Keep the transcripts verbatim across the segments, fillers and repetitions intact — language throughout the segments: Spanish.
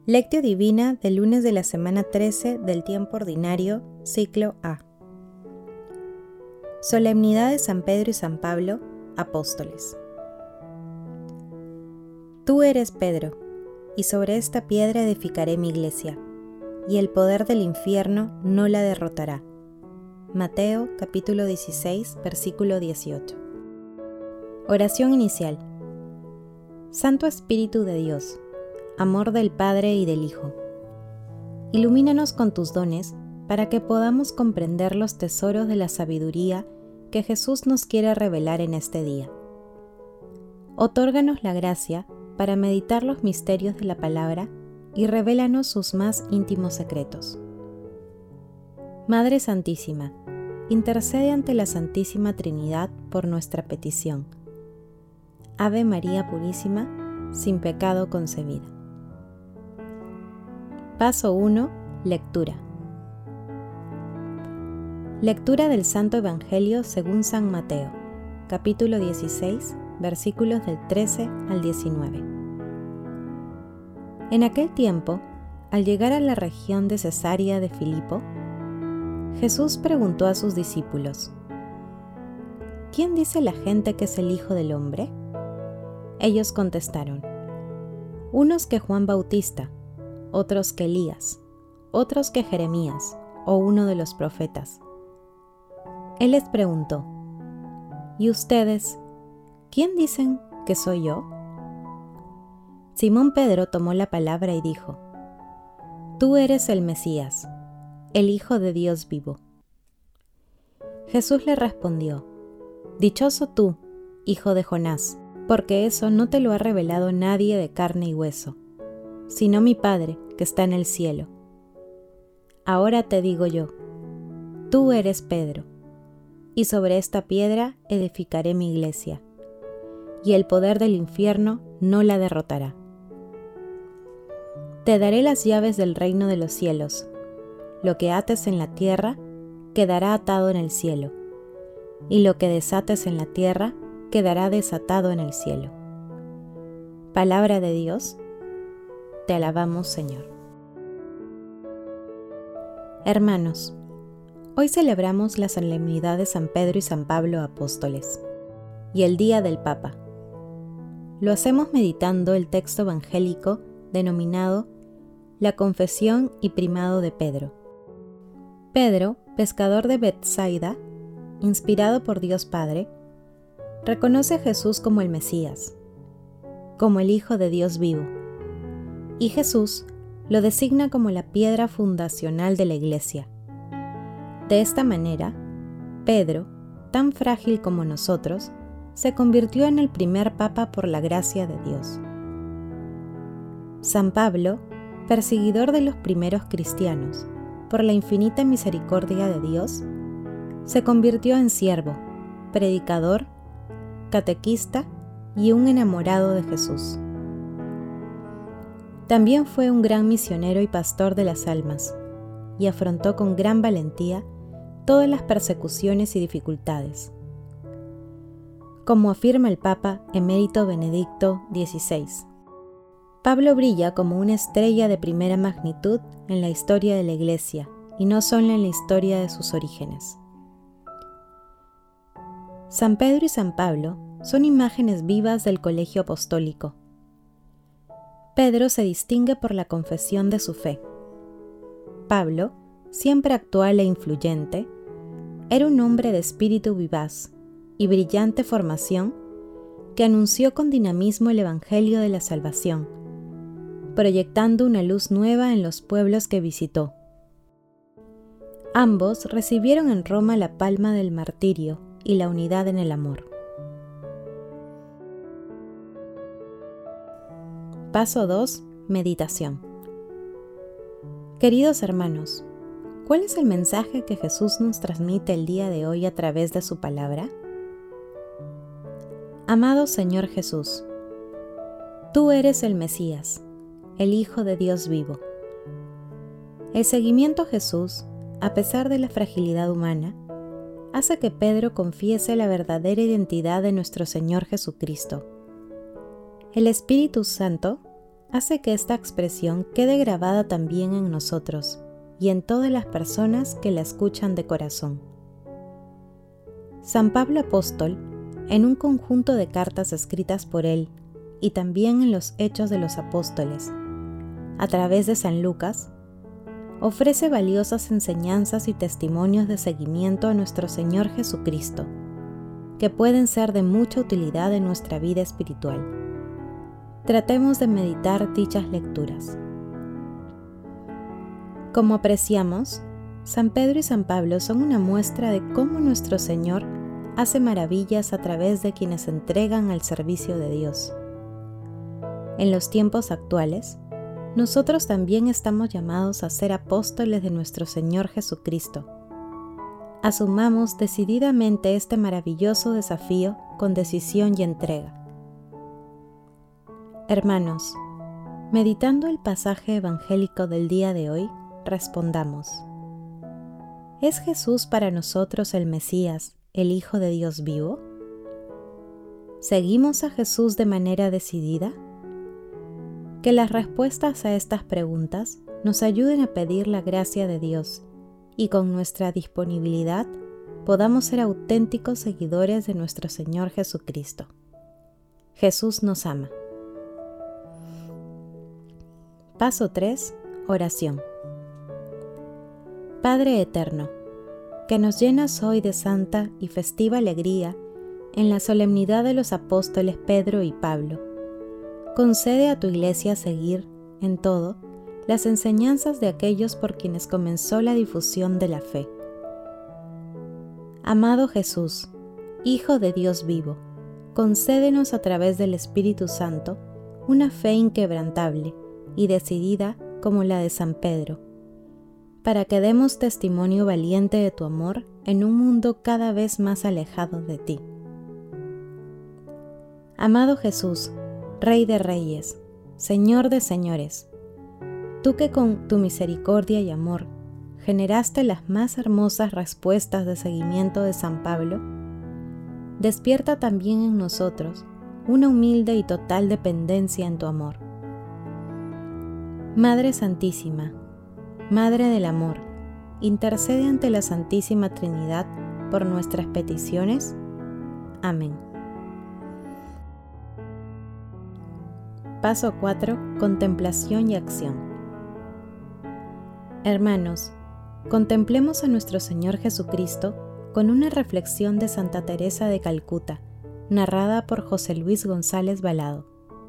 Lectio Divina del lunes de la semana trece del tiempo ordinario, ciclo A. Solemnidad de San Pedro y San Pablo, apóstoles. Tú eres Pedro, y sobre esta piedra edificaré mi iglesia, y el poder del infierno no la derrotará. Mateo capítulo dieciséis, versículo dieciocho. Oración inicial. Santo Espíritu de Dios, amor del Padre y del Hijo, ilumínanos con tus dones para que podamos comprender los tesoros de la sabiduría que Jesús nos quiere revelar en este día. Otórganos la gracia para meditar los misterios de la palabra y revélanos sus más íntimos secretos. Madre Santísima, intercede ante la Santísima Trinidad por nuestra petición. Ave María Purísima, sin pecado concebida. Paso uno. Lectura. Lectura del Santo Evangelio según San Mateo, capítulo dieciséis, versículos del trece al diecinueve. En aquel tiempo, al llegar a la región de Cesarea de Filipo, Jesús preguntó a sus discípulos: ¿Quién dice la gente que es el Hijo del Hombre? Ellos contestaron: unos que Juan Bautista, otros que Elías, otros que Jeremías o uno de los profetas. Él les preguntó: ¿Y ustedes, quién dicen que soy yo? Simón Pedro tomó la palabra y dijo: Tú eres el Mesías, el Hijo de Dios vivo. Jesús le respondió: Dichoso tú, hijo de Jonás, porque eso no te lo ha revelado nadie de carne y hueso, sino mi Padre que está en el cielo. Ahora te digo yo, tú eres Pedro, y sobre esta piedra edificaré mi iglesia, y el poder del infierno no la derrotará. Te daré las llaves del reino de los cielos. Lo que ates en la tierra quedará atado en el cielo, y lo que desates en la tierra quedará desatado en el cielo. Palabra de Dios. Te alabamos, Señor. Hermanos, hoy celebramos la solemnidad de San Pedro y San Pablo apóstoles y el Día del Papa. Lo hacemos meditando el texto evangélico denominado La Confesión y Primado de Pedro. Pedro, pescador de Betsaida, inspirado por Dios Padre, reconoce a Jesús como el Mesías, como el Hijo de Dios vivo, y Jesús lo designa como la piedra fundacional de la Iglesia. De esta manera, Pedro, tan frágil como nosotros, se convirtió en el primer papa por la gracia de Dios. San Pablo, perseguidor de los primeros cristianos, por la infinita misericordia de Dios, se convirtió en siervo, predicador, catequista y un enamorado de Jesús. También fue un gran misionero y pastor de las almas, y afrontó con gran valentía todas las persecuciones y dificultades. Como afirma el Papa Emérito Benedicto dieciséis, Pablo brilla como una estrella de primera magnitud en la historia de la Iglesia, y no solo en la historia de sus orígenes. San Pedro y San Pablo son imágenes vivas del colegio apostólico. Pedro se distingue por la confesión de su fe. Pablo, siempre actual e influyente, era un hombre de espíritu vivaz y brillante formación que anunció con dinamismo el Evangelio de la Salvación, proyectando una luz nueva en los pueblos que visitó. Ambos recibieron en Roma la palma del martirio y la unidad en el amor. Paso dos. Meditación. Queridos hermanos, ¿cuál es el mensaje que Jesús nos transmite el día de hoy a través de su palabra? Amado Señor Jesús, tú eres el Mesías, el Hijo de Dios vivo. El seguimiento a Jesús, a pesar de la fragilidad humana, hace que Pedro confiese la verdadera identidad de nuestro Señor Jesucristo. El Espíritu Santo hace que esta expresión quede grabada también en nosotros y en todas las personas que la escuchan de corazón. San Pablo Apóstol, en un conjunto de cartas escritas por él y también en los Hechos de los Apóstoles, a través de San Lucas, ofrece valiosas enseñanzas y testimonios de seguimiento a nuestro Señor Jesucristo, que pueden ser de mucha utilidad en nuestra vida espiritual. Tratemos de meditar dichas lecturas. Como apreciamos, San Pedro y San Pablo son una muestra de cómo nuestro Señor hace maravillas a través de quienes se entregan al servicio de Dios. En los tiempos actuales, nosotros también estamos llamados a ser apóstoles de nuestro Señor Jesucristo. Asumamos decididamente este maravilloso desafío con decisión y entrega. Hermanos, meditando el pasaje evangélico del día de hoy, respondamos: ¿es Jesús para nosotros el Mesías, el Hijo de Dios vivo? ¿Seguimos a Jesús de manera decidida? Que las respuestas a estas preguntas nos ayuden a pedir la gracia de Dios y con nuestra disponibilidad podamos ser auténticos seguidores de nuestro Señor Jesucristo. Jesús nos ama. Paso tres. Oración. Padre eterno, que nos llenas hoy de santa y festiva alegría en la solemnidad de los apóstoles Pedro y Pablo, concede a tu Iglesia seguir, en todo, las enseñanzas de aquellos por quienes comenzó la difusión de la fe. Amado Jesús, Hijo de Dios vivo, concédenos a través del Espíritu Santo una fe inquebrantable y decidida como la de San Pedro, para que demos testimonio valiente de tu amor en un mundo cada vez más alejado de ti. Amado Jesús, Rey de Reyes, Señor de Señores, tú que con tu misericordia y amor generaste las más hermosas respuestas de seguimiento de San Pablo, despierta también en nosotros una humilde y total dependencia en tu amor. Madre Santísima, Madre del Amor, intercede ante la Santísima Trinidad por nuestras peticiones. Amén. Paso cuatro. Contemplación y acción. Hermanos, contemplemos a nuestro Señor Jesucristo con una reflexión de Santa Teresa de Calcuta, narrada por José Luis González Balado.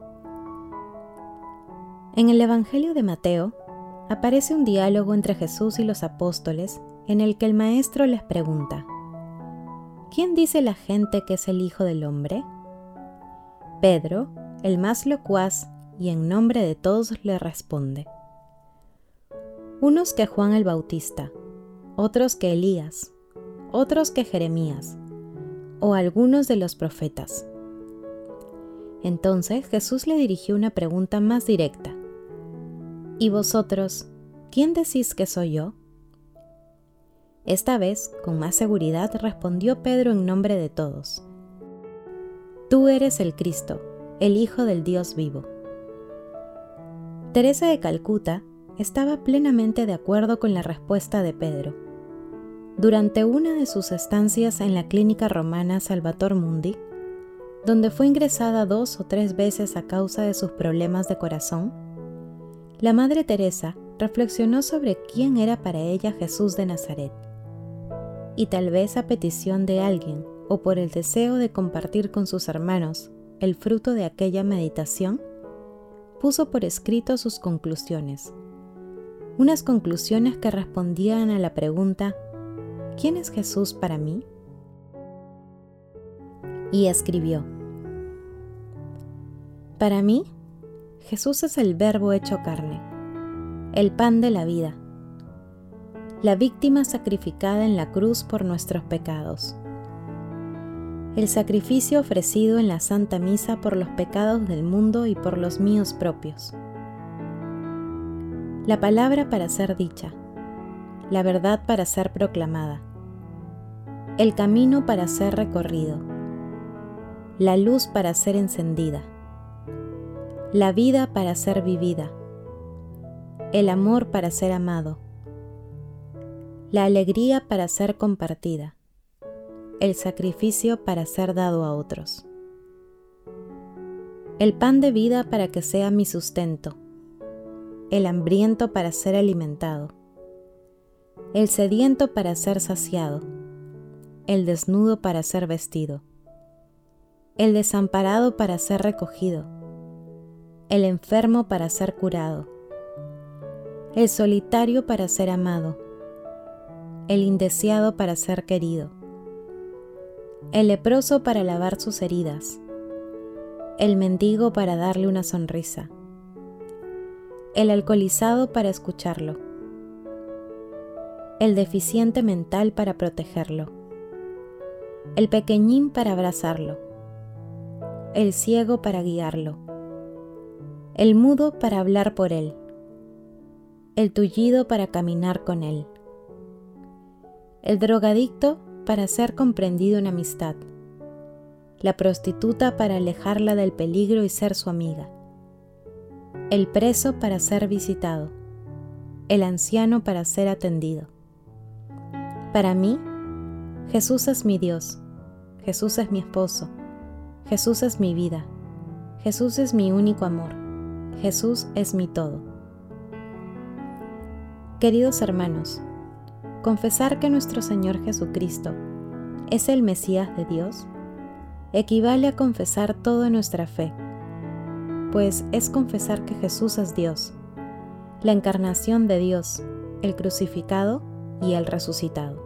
En el Evangelio de Mateo, aparece un diálogo entre Jesús y los apóstoles en el que el Maestro les pregunta: ¿quién dice la gente que es el Hijo del Hombre? Pedro, el más locuaz, y en nombre de todos le responde: unos que Juan el Bautista, otros que Elías, otros que Jeremías, o algunos de los profetas. Entonces Jesús le dirigió una pregunta más directa: ¿y vosotros, quién decís que soy yo? Esta vez, con más seguridad, respondió Pedro en nombre de todos: tú eres el Cristo, el Hijo del Dios vivo. Teresa de Calcuta estaba plenamente de acuerdo con la respuesta de Pedro. Durante una de sus estancias en la clínica romana Salvator Mundi, donde fue ingresada dos o tres veces a causa de sus problemas de corazón, la Madre Teresa reflexionó sobre quién era para ella Jesús de Nazaret. Y tal vez a petición de alguien o por el deseo de compartir con sus hermanos el fruto de aquella meditación, puso por escrito sus conclusiones. Unas conclusiones que respondían a la pregunta: ¿quién es Jesús para mí? Y escribió: para mí, Jesús es el Verbo hecho carne, el pan de la vida, la víctima sacrificada en la cruz por nuestros pecados, el sacrificio ofrecido en la Santa Misa por los pecados del mundo y por los míos propios, la palabra para ser dicha, la verdad para ser proclamada, el camino para ser recorrido, la luz para ser encendida, la vida para ser vivida, el amor para ser amado, la alegría para ser compartida, el sacrificio para ser dado a otros, el pan de vida para que sea mi sustento, el hambriento para ser alimentado, el sediento para ser saciado, el desnudo para ser vestido, el desamparado para ser recogido, el enfermo para ser curado, el solitario para ser amado, el indeseado para ser querido, el leproso para lavar sus heridas, el mendigo para darle una sonrisa, el alcoholizado para escucharlo, el deficiente mental para protegerlo, el pequeñín para abrazarlo, el ciego para guiarlo, el mudo para hablar por él, el tullido para caminar con él, el drogadicto para ser comprendido en amistad, la prostituta para alejarla del peligro y ser su amiga, el preso para ser visitado, el anciano para ser atendido. Para mí, Jesús es mi Dios, Jesús es mi esposo, Jesús es mi vida, Jesús es mi único amor, Jesús es mi todo. Queridos hermanos, confesar que nuestro Señor Jesucristo es el Mesías de Dios equivale a confesar toda nuestra fe, pues es confesar que Jesús es Dios, la encarnación de Dios, el crucificado y el resucitado.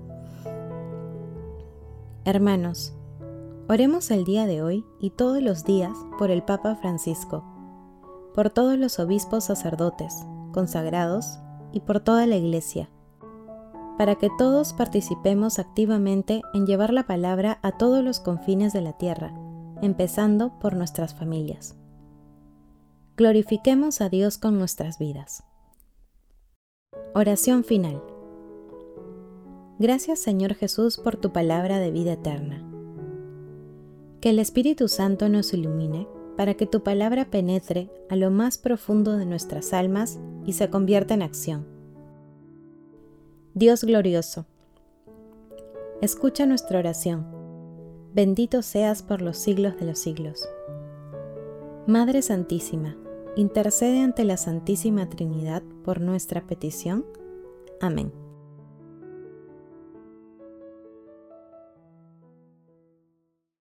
Hermanos, oremos el día de hoy y todos los días por el Papa Francisco, por todos los obispos sacerdotes, consagrados y por toda la Iglesia, para que todos participemos activamente en llevar la palabra a todos los confines de la tierra, empezando por nuestras familias. Glorifiquemos a Dios con nuestras vidas. Oración final. Gracias, Señor Jesús, por tu palabra de vida eterna. Que el Espíritu Santo nos ilumine para que tu palabra penetre a lo más profundo de nuestras almas y se convierta en acción. Dios glorioso, escucha nuestra oración. Bendito seas por los siglos de los siglos. Madre Santísima, intercede ante la Santísima Trinidad por nuestra petición. Amén.